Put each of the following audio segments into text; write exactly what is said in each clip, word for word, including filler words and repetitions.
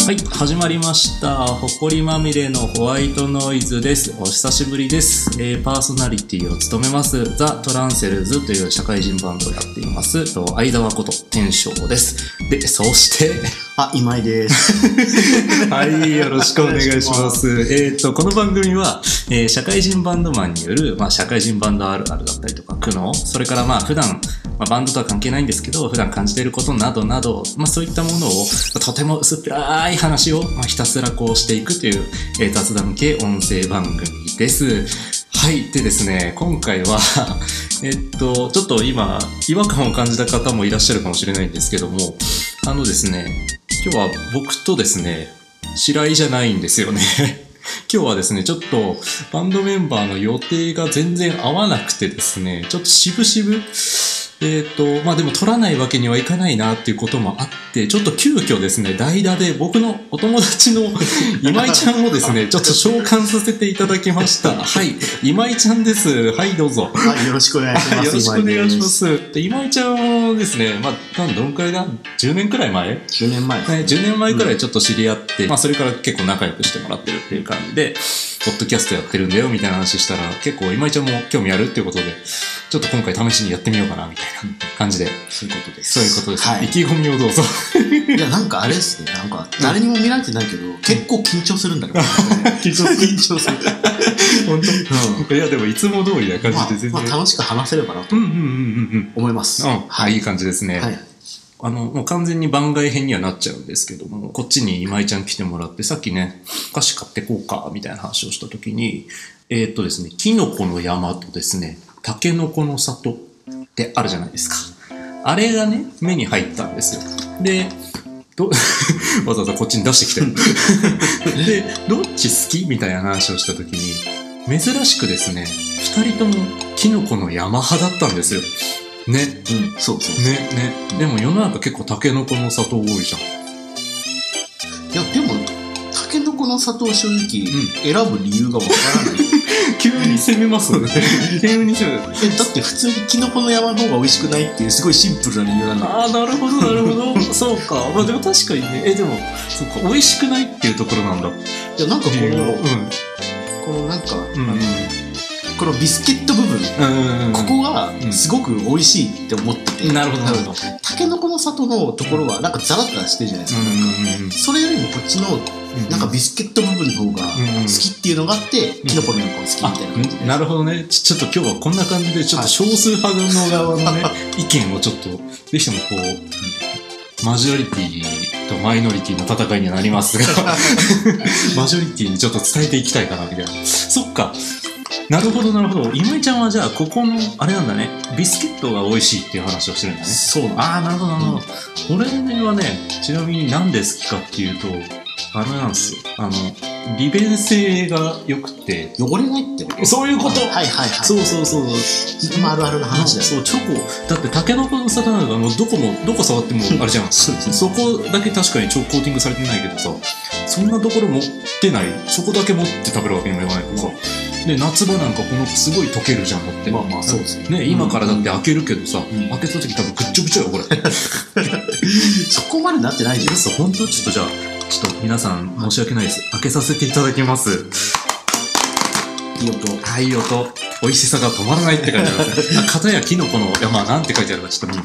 はい、始まりました。ほこりまみれのホワイトノイズです。お久しぶりです。えー、パーソナリティを務めます、ザ・トランセルズという社会人バンドをやっています、相田和こと天翔です。で、そして、 あ、今井です。 はい、よろしくお願いします。えっと、この番組は、えー、社会人バンドマンによる、まあ、社会人バンドあるあるだったりとか、苦悩、それからまあ、普段、まあ、バンドとは関係ないんですけど、普段感じていることなどなど、まあ、そういったものを、とても薄っぺらい話を、まあ、ひたすらこうしていくという、えー、雑談系音声番組です。はい。でですね、今回は、えっと、ちょっと今、違和感を感じた方もいらっしゃるかもしれないんですけども、あのですね、今日は僕とですね、白井じゃないんですよね。今日はですね、ちょっとバンドメンバーの予定が全然合わなくてですね、ちょっと渋々、えっと、まあでも取らないわけにはいかないなっていうこともあって、ちょっと急遽ですね、代打で僕のお友達の今井ちゃんをですね、ちょっと召喚させていただきました。はい、今井ちゃんです。はい、どうぞ。 はい、よろしくお願いします。 よろしくお願いします。で、今井ちゃんはですね、まあ、多分どんくらいだ ?じゅう 年くらい前 ? じゅう 年前ですね。 ね、じゅうねんまえくらいちょっと知り合って、うん、まあそれから結構仲良くしてもらってるっていう感じで、ポッドキャストやってるんだよみたいな話したら、結構今井ちゃんも興味あるっていうことで、ちょっと今回試しにやってみようかなみたいな感じで。 そういうことです。 そういうことです。 はい、 意気込みをどうぞ。 いや、なんかあれですね、なんか誰にも見られてないけど、うん、結構緊張するんだけど、 緊張する。 緊張する。 本当、うん、いや、でもいつも通りな感じで全然。 まあ、まあ、楽しく話せればなと思います。 うん、はい、いい感じですね。 はい。 あの、もう完全に番外編にはなっちゃうんですけども、こっちに今井ちゃん来てもらって、さっきね、お菓子買ってこうか、みたいな話をしたときに、えー、っとですね、キノコの山とですね、タケノコの里ってあるじゃないですか。あれがね、目に入ったんですよ。で、どわざわざこっちに出してきてる。で、どっち好きみたいな話をしたときに、珍しくですね、二人ともキノコの山派だったんですよ。ね。 うん、そうそうそう。 ね、ね。でも世の中結構タケノコの里多いじゃん。 いや、でも、タケノコの里を正直、選ぶ理由がわからない。 急に攻めますね。急に攻めます。 え、だって普通にキノコの山の方が美味しくないっていうすごいシンプルな理由なんだ。 ああ、なるほど、なるほど。そうか。まあでも確かにね。え、でも、そうか。美味しくないっていうところなんだ。 いや、なんかこの、うん、このなんか、うん、あの、このビスケット部分、うん、ここがすごく美味しいって思ってて、 うん、なるほど、なるほど。 タケノコの里のところはなんかザラッとしてるじゃないですか。うん、それよりもこっちのなんかビスケット部分の方が好きっていうのがあって、うん、キノコの山が好きみたいな感じで、うん、 なるほどね。ちょっと今日はこんな感じで、ちょっと少数派の側のね、意見をちょっと、ぜひともこう、マジョリティとマイノリティの戦いにはなりますが、マジョリティにちょっと伝えていきたいかな、みたいな。そっか。なるほど、なるほど。今井ちゃんはじゃあ、ここの、あれなんだね、ビスケットが美味しいっていう話をしてるんだね。 そうなんだ。 ああ、なるほど、なるほど。うん、俺はね、ちなみに何ですかっていうと、あれなんですよ。あの、利便性が良くて。 汚れないってこと？ そういうこと。 はいはいはい。 そうそうそう。 それもあるあるな話だよ。 そう、チョコ。だって、タケノコの里なんかもうどこも、どこ触ってもあれじゃん。そうですね。そこだけ確かにチョコーティングされてないけどさ、そんなところ持ってない。そこだけ持って食べるわけにもいかないからさ。で、夏場なんかこのすごい溶けるじゃん、だって。 まあまあそうですね。ね、今からだって開けるけどさ、うん、開けた時多分ぐっちょぐちょよ、これ。 そこまでなってないじゃん。 そう、本当ちょっとじゃあ、ちょっと皆さん申し訳ないです。開けさせていただきます。 いい音。 はい、いい音。美味しさが止まらないって書いてありますね。片やキノコの山、なんて書いてあるかちょっと見る。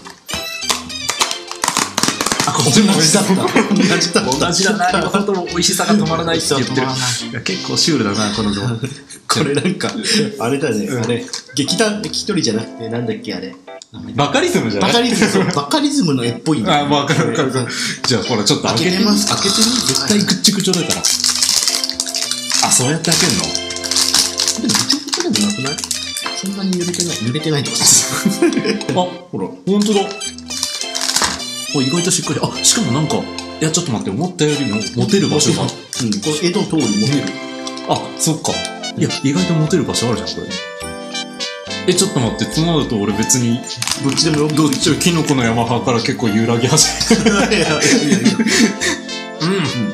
あ、こっちも同じだった。同じだった。同じだな。本当も美味しさが止まらないって言ってる。いや結構シュールだな、この動画。 これなんか、あれだね、あれ、劇団一人じゃなくて、なんだっけ、あれ。 バカリズムじゃない？ バカリズム、バカリズムの絵っぽいんだ。 あ、わかるわかるわかる。じゃあ、ほら、ちょっと開けてみます。開けてみ絶対ぐっちぐちょだから。あ、そうやって開けんの？ でも、ぐちょぐちょでもなくない？そんなに濡れてない。濡れてないとかです。 あ、ほら、ほんとだ。お、意外としっかり。あ、しかもなんか、いや、ちょっと待って、思ったよりも持てる場所が。うん、これ、絵の通り持てる。 あ、そっか。いや、意外と持てる場所あるじゃん、これ。え、ちょっと待って、となると俺別に、 どっちでもよく、 どっちをキノコの山派から結構揺らぎ始める。いやいやいやいや。うん。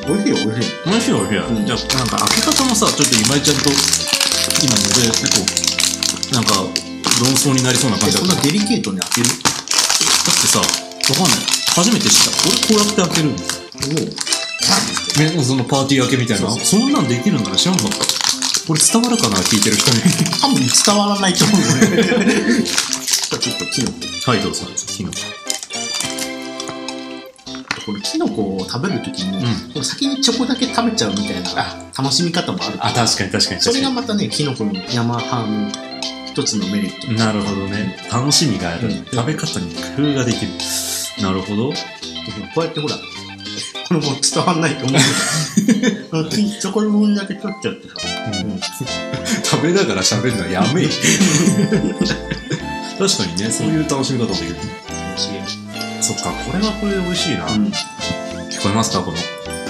美味しいよ、美味しい。 美味しいよ、美味しいよ。うん、じゃあ、なんか開け方もさ、ちょっと今井ちゃんと、今ので結構、なんか、論争になりそうな感じだった。 そんなデリケートに開ける？ だってさ、わかんない。初めて知った。俺こうやって開けるんですよ。 ですけど。 ね、そのパーティー明けみたいな。 そうそうそんなんできるんだね。知らんかった。これ伝わるかな、聞いてる人に。 多分伝わらないと思うね。ちょっとキノコ。 はい、どうぞ。キノコ。 これキノコを食べるときに、 うんこれ先にチョコだけ食べちゃうみたいな楽しみ方もあるから。 あ、確かに確かに確かに。 それがまたね、キノコの山派の一つのメリット。 なるほどね。楽しみがある。 うん食べ方に工夫ができる。なるほど。 こうやってほら、これもう伝わんないと思うけど、あのチョコの部分だけ取っちゃってさ。うん食べながら喋るのはやめえ。確かにね、そういう楽しみ方もできる。そっか、これはこれで美味しいな。 うん聞こえますか、この。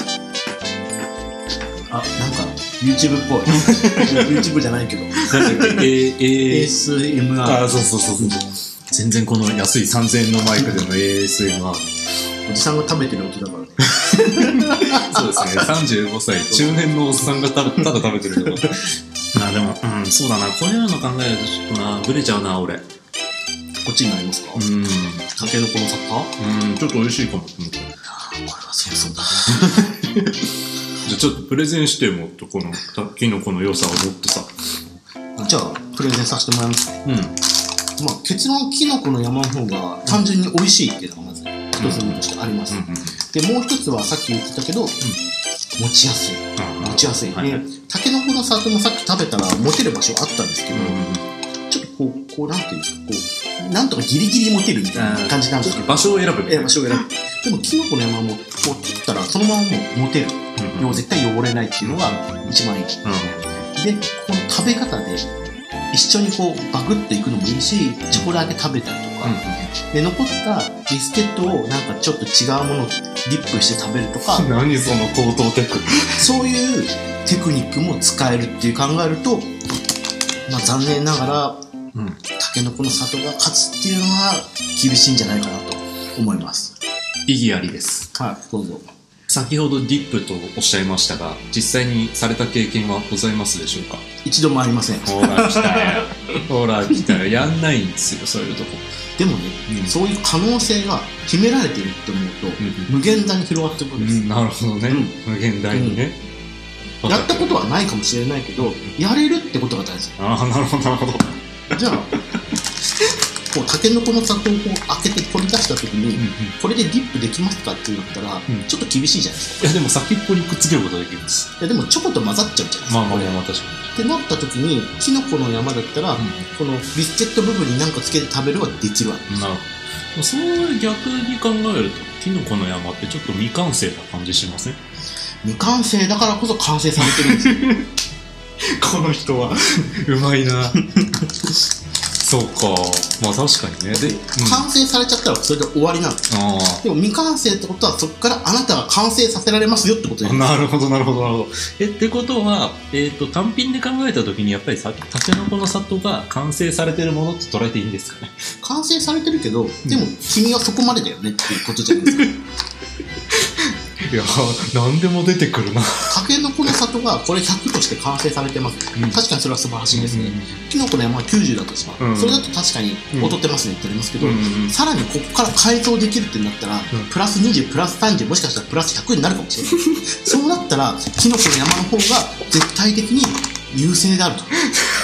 あ、なんか YouTube っぽい。YouTube じゃないけど。 なんだっけ、えー、えエーエスエムアール。 あ、そうそうそうそう。全然この安いさんぜんえんのマイクでの エーエスエムアール。 おじさんが食べてる音だからね。 そうですね、さんじゅうごさい、中年のおっさんがたただ食べてるけど。まあでも、うん、そうだな、こういうの考えるとちょっとな、ブレちゃうな、俺。 こっちになりますか？ うん、 タケノコのサッカー？ うん、ちょっと美味しいかもって思った。 これはそうそうだ。 じゃあちょっとプレゼンしてもっとこのキノコの良さを持ってさ。 じゃあ、プレゼンさせてもらいますか。 うん。 まあ、結論、キノコの山の方が単純に美味しいっていうのがまず一つのとしてあります。 うんうん、 で、もう一つはさっき言ってたけど、持ちやすい。持ちやすい。 はいはい、 で、タケノコの里もさっき食べたら持てる場所あったんですけど、 うんうん、 ちょっとこう、こう、なんていうんですか、こう、なんとかギリギリ持てるみたいな感じなんですけど。 場所を選ぶ。 え、場所を選ぶ。でも、キノコの山も、こう、取ったら、そのままもう持てる。 うんうん、 絶対汚れないっていうのが一番いい。 うん、 で、この食べ方で、一緒にこう、バグっていくのもいいし、チョコだけ食べたりとか、うん、で、残ったビスケットをなんかちょっと違うものをディップして食べるとか。 何その高等テクニック。 そういうテクニックも使えるっていう考えると、まあ残念ながら、うん、タケノコの里が勝つっていうのは厳しいんじゃないかなと思います。 意義ありです。 はい、どうぞ。 先ほどディップとおっしゃいましたが、実際にされた経験はございますでしょうか？ 一度もありません。 ほら来たよ。ほら来たよ。やんないんですよ、そういうとこ。 でもね、うん、そういう可能性が秘められているって思うと、うん、無限大に広がってくるんです、 うん、なるほどね、うん、無限大にね、 うん、やったことはないかもしれないけど、やれるってことが大事。 ああ、なるほどなるほど。 じゃあこうタケノコの里をこう開けて取り出した時に、うんうん、これでディップできますかってなったら、うん、ちょっと厳しいじゃないですか。 いやでも先っぽにくっつけることができるんです。 いやでもチョコと混ざっちゃうじゃないですか。 まあまあまあ確かに。 ってなった時にキノコの山だったら、うん、このビスケット部分に何かつけて食べるはできるわけです。 なるほど。そう逆に考えるとキノコの山ってちょっと未完成な感じしません？ 未完成だからこそ完成されてるんですよ。 この人はうまいな。そうか、まあ確かにね。で、うん、 完成されちゃったらそれで終わりなんです。でも未完成ってことはそこからあなたが完成させられますよってことです。 なるほどなるほどなるほど。えってことは、えっと単品で考えたときにやっぱりさタケノコの里が完成されてるものと捉えていいんですかね。 完成されてるけど、でも君はそこまでだよねっていうことじゃないですか。 いや何でも出てくるな。 タケノコの里がこれひゃくとして完成されてます、うん、確かにそれは素晴らしいですね、うんうん、キノコの山はきゅうじゅうだとします、うん、それだと確かに劣ってますねってなりますけど、うんうんうん、さらにここから改造できるってなったら、うん、プラスにじゅうプラスさんじゅうもしかしたらプラスひゃくになるかもしれないそうなったらキノコの山の方が絶対的に優勢であると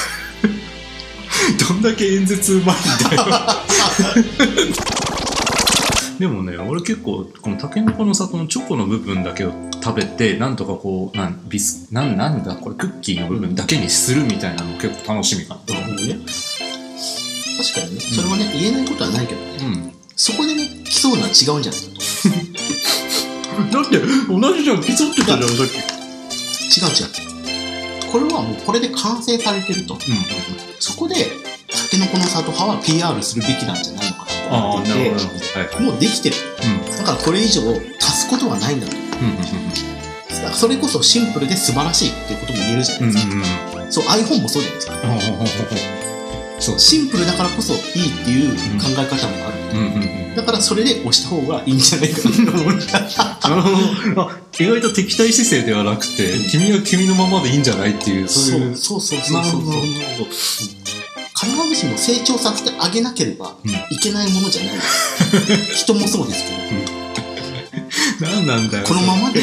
どんだけ演説うまいんだよでもね、俺結構このタケノコの里のチョコの部分だけを食べてなんとかこうなんビスなんなんだこれクッキーの部分だけにするみたいなの結構楽しみかなと思うね。 確かにね、それはね、うん、言えないことはないけどね、うん、そこでね競うのは違うんじゃないかとだって同じじゃん、競ってたじゃんさっき。違う違う、これはもうこれで完成されてると、うん、そこでタケノコの里派は ピーアール するべきなんじゃないのかなと思っていて、はい、もうできてる、うん、だからこれ以上足すことはないんだと、うんうんうん、だからそれこそシンプルで素晴らしいっていうことも言えるじゃないですか、うんうんうん、そう iPhone もそうじゃないですか、うんうんうん、そうシンプルだからこそいいっていう考え方もある、うんうんうん、だからそれで押した方がいいんじゃないかなと思ったなるほど。あ、意外と敵対姿勢ではなくて、うん、君は君のままでいいんじゃないっていう、そういう。 そうそうそうそうそうそう。必ずしも成長させてあげなければいけないものじゃないです、うん、人もそうですけど、 何なんだよこのままで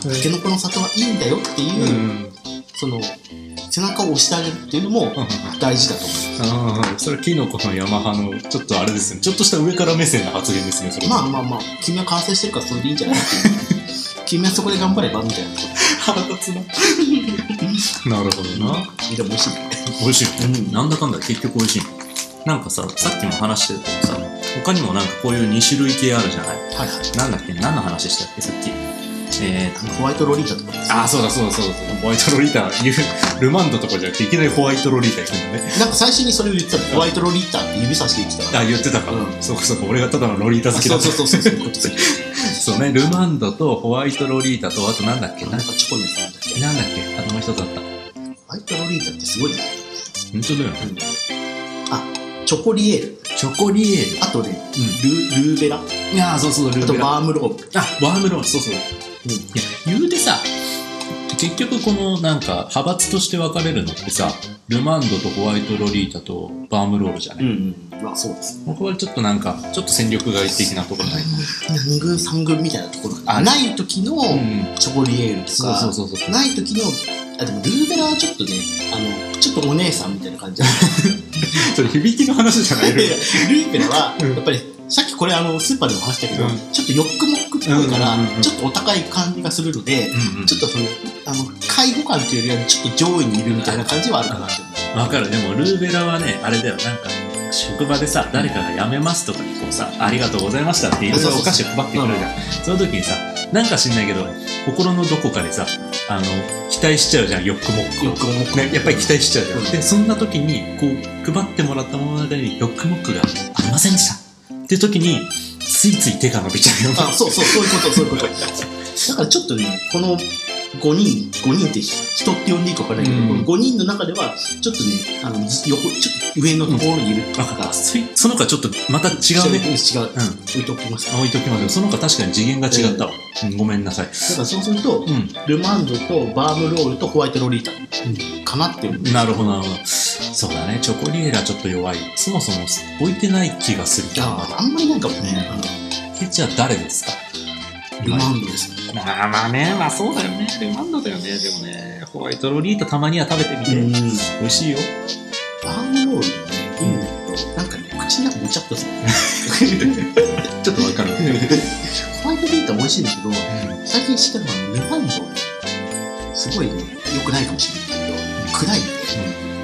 タケノコの里はいいんだよっていう、うん、その背中を押してあげるっていうのも大事だと思います。 ああ、それはキノコのヤマハのちょっとあれですね、ちょっとした上から目線の発言ですね。それまあまあまあ、君は完成してるからそれでいいんじゃないっていう君はそこで頑張ればみたいな。 腹立つななるほどな、 うん、でも美味しい美味しい、うん、なんだかんだ結局美味しい。なんかさ、さっきも話してたけどさ、他にもなんかこういうに種類系あるじゃない。はいはい。なんだっけ、何の話したっけさっき。 えー、ホワイトロリータとかです、ね、 ああ、そうだそうだそうだそうだ。ホワイトロリータ言う、ルマンドとかじゃなくていきなりホワイトロリータ行くんだね。 なんか最初にそれを言ってたの。ホワイトロリータって指さして言ってたから。 あ、言ってたか、うん、そうかそうか。俺がただのロリータ好きだった。 そうそうそうそうそうそうね、ルマンドとホワイトロリータと、あとなんだっけ、 なんかチョコのやつなんだっけなんだっけ、あともう一つあった。ホワイトロリータってすごいね。 本当だよね、 うん、あ、チョコリエール。 チョコリエール。 あとね、うん、ルルーベラ。 いや、そうそう、ルーベラ。 あとバームローブ。 あ、バームローブ、そうそう。うん、いや、言うてさ、結局このなんか派閥として分かれるのってさ、ルマンドとホワイトロリータとバームロールじゃない。 うんうん。まあそうですね。 これちょっとなんか、ちょっと戦力外的なところない。 何軍三軍みたいなところがない時のチョコリエールとか、 そうそうそうそう。 ない時の、あ、でもルーベラはちょっとね、あの、ちょっとお姉さんみたいな感じだそれ響きの話じゃないルーベラは、やっぱり、さっきこれあのスーパーでも話したけど、うん、ちょっとヨックモックっぽいから、うんうんうん、ちょっとお高い感じがするので、うんうん、ちょっとそのあの介護感というよりはちょっと上位にいるみたいな感じはあるかなって思う。 わかる。でもルーベラはね、あれだよ、なんか職場でさ、誰かが辞めますとかにこうさ、ありがとうございましたっていろいろお菓子を配ってくるじゃん。その時にさ、なんか知んないけど心のどこかでさ、あの期待しちゃうじゃん、ヨックモックを。 ヨックモック、 ね、やっぱり期待しちゃうじゃん。うん、でそんな時にこう配ってもらったものの中にヨックモックがありませんでしたっていう時に。ついつい手が伸びちゃうよ。 あ、そうそう、そういうこと、そういうこと。だからちょっとね、このごにん、ごにんって人って呼んでいいか分からないけど、うん、このごにんの中では、ちょっとね、あの、横、ちょっと上のところにいるから、うん、その他ちょっとまた違うね。 違う。うん、置いときます。 置いときますよ。その他確かに次元が違ったわ。えーうん、ごめんなさい。だからそうすると、うん、ルマンドとバームロールとホワイトロリータかなって思う。 なるほど、なるほど。そうだね。チョコリエラちょっと弱い。そもそも置いてない気がする。 ああ、あんまりないかもね。 うん、じゃあ誰ですか？ ルマンドですね。 まあまあね、まあそうだよね。ルマンドだよね。でもね、ホワイトロリータたまには食べてみて。美味しいよ。 バームロールもね、いいんだけど、なんかね、口の中もちゃっとする。 ちょっとわかる。 ホワイトロリータ美味しいんだけど、最近知ったのはルマンド、すごいね、良くないかもしれないけど、暗いんで、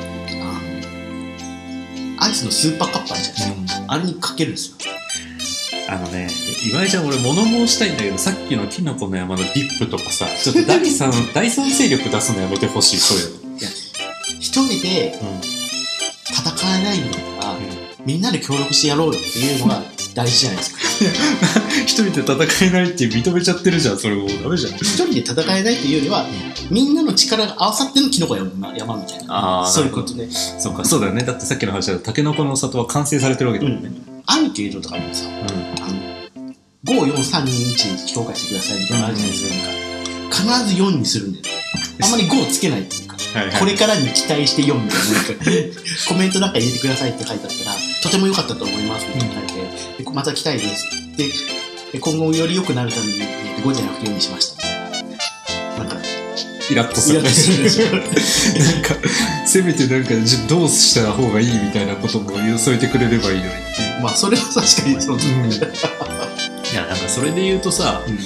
アイスのスーパーカップあるじゃないですか。あれにかけるんですよ。 あのね、岩井ちゃん、俺物申したいんだけど、さっきのキノコの山のディップとかさ、ちょっと第三、第三勢力出すのやめてほしい、そういうの。いや、 一人で戦えないんだから、うん、みんなで協力してやろうよっていうのが大事じゃないですか。 一人で戦えないって認めちゃってるじゃん、それもうダメじゃん。 一人で戦えないっていうよりは、みんなの力が合わさってのキノコ山みたいな。あ、そういうことね。 そうか、そうだよね。だってさっきの話だと、タケノコの里は完成されてるわけだもんね。うん、 アンケートとかもさ、うん、あのご、よん、さん、に、いちに評価してくださいみたいなのあるじゃないですか。うん、必ずよんにするんだよね。あんまりごをつけないっていうか、はいはい、これからに期待してよんみたいな、なんかコメントなんか入れてくださいって書いてあったら、とても良かったと思いますみたいな書いて、うん、また来たいですで、今後より良くなるためにごじゃなくてよんにしました。なんかイラッとする。なんか、せめてなんか、どうした方がいいみたいなこともよそえてくれればいいのにっていう。 まあ、それは確かにそう、うん、いや、なんかそれで言うとさ、うん、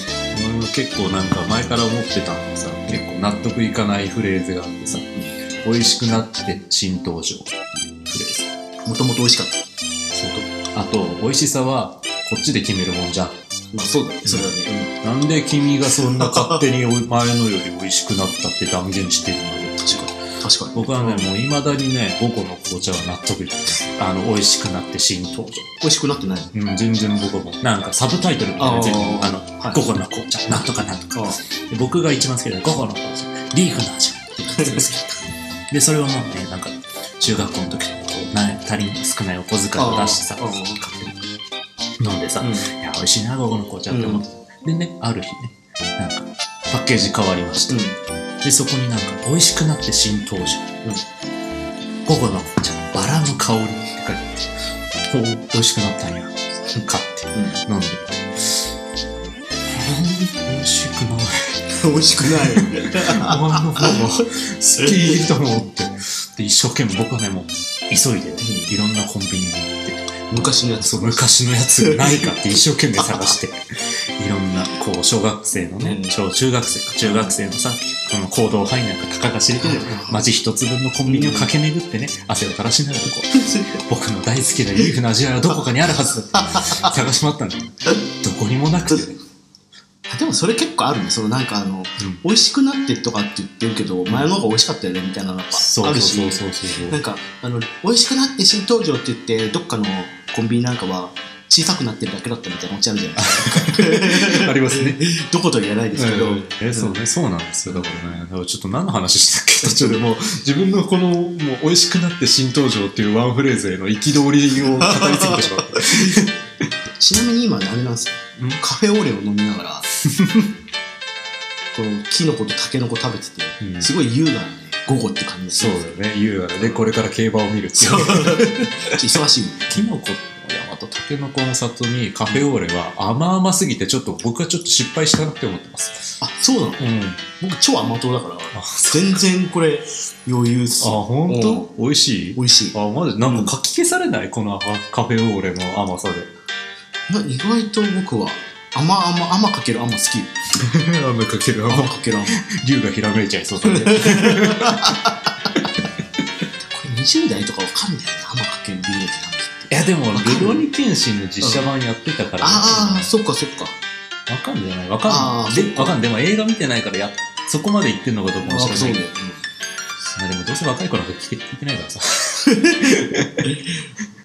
結構なんか前から思ってたのがさ、結構納得いかないフレーズがあってさ、うん、美味しくなって新登場っていうフレーズ。 もともと美味しかった。 そうと。あと、美味しさはこっちで決めるもんじゃん。 まあそうだね、それはね。 うん、なんで君がそんな勝手に前のより美味しくなったって断言してるのよ。 確かに。確かに。 僕はね、もう未だにね、ごこの紅茶は納得いく。あの、美味しくなって新登場。 美味しくなってない？ うん、全然僕はもう、なんかサブタイトルみたいな全部、あの、はい、ごこの紅茶、なんとかなんとか。僕が一番好きなごこの紅茶、リーフの味。で、それをもうね、なんか、中学校の時とか、こう、な足り少ないお小遣いを出してさ、飲んでさ、うん、いや、美味しいな、午後の紅茶って思って、うん、でね、ある日ね、なんか、パッケージ変わりました。うん、で、そこになんか、美味しくなって新登場。うん、午後の紅茶、バラの香りって書いてあって、お美味しくなったんや。買って、うん、飲んでみて。美味しくない。 美味しくない。 お椀の方が好きと思って。で、一生懸命僕はね、もう急いでね、いろんなコンビニに行って、 昔のやつ。 そう、昔のやつがないかって一生懸命探して、いろんな、こう、小学生のね、小中学生か中学生のさ、この行動範囲なんかたかが知れてる街一つ分のコンビニを駆け巡ってね、汗を垂らしながらこう、僕の大好きなビーフの味わいはどこかにあるはずだって探し回ったんだよ。どこにもなくてね。 でもそれ結構あるね。そのなんかあの、うん、美味しくなってとかって言ってるけど、前の方が美味しかったよねみたいなのがあるし、そうそうそうそうなんかあの美味しくなって新登場って言ってどっかのコンビニなんかは小さくなってるだけだったみたいなオチあるじゃないですか。 ありますね。 どことは言えないですけど、 えー、そうね、そうなんですよ。だからね、だからちょっと何の話したっけ途中でもう自分のこのもう美味しくなって新登場っていうワンフレーズへの憤りを語り継ぎてしまって。 ちなみに今ねあれなんですよ。カフェオレを飲みながらこのキノコとタケノコ食べてて、うん、すごい優雅なね午後って感じですね。そうだよね、優雅で、これから競馬を見るっていう。 忙しい。 キノコの山とタケノコの里にカフェオレは甘々すぎてちょっと僕はちょっと失敗したなって思ってます。 あ、そうなの？うん、僕超甘党だから全然これ余裕っす。 あ、本当？美味しい？ 美味しい。 あ、マジなんかかき消されない、このカフェオレの甘さで。 意外と僕は甘甘甘かける甘好き。 甘かける甘甘かける甘。 竜がひらめいちゃいそうだね。これにじゅう代とかわかんないね、甘かける理由っていやでもルロニケンシンの実写版やってたから、 うん、ああそっかそっかわかんじゃないわかんでわかんでも映画見てないからやそこまで言ってんのかどうかもしれないけど、まあでもどうせ若い子なんか聞いてないからさ。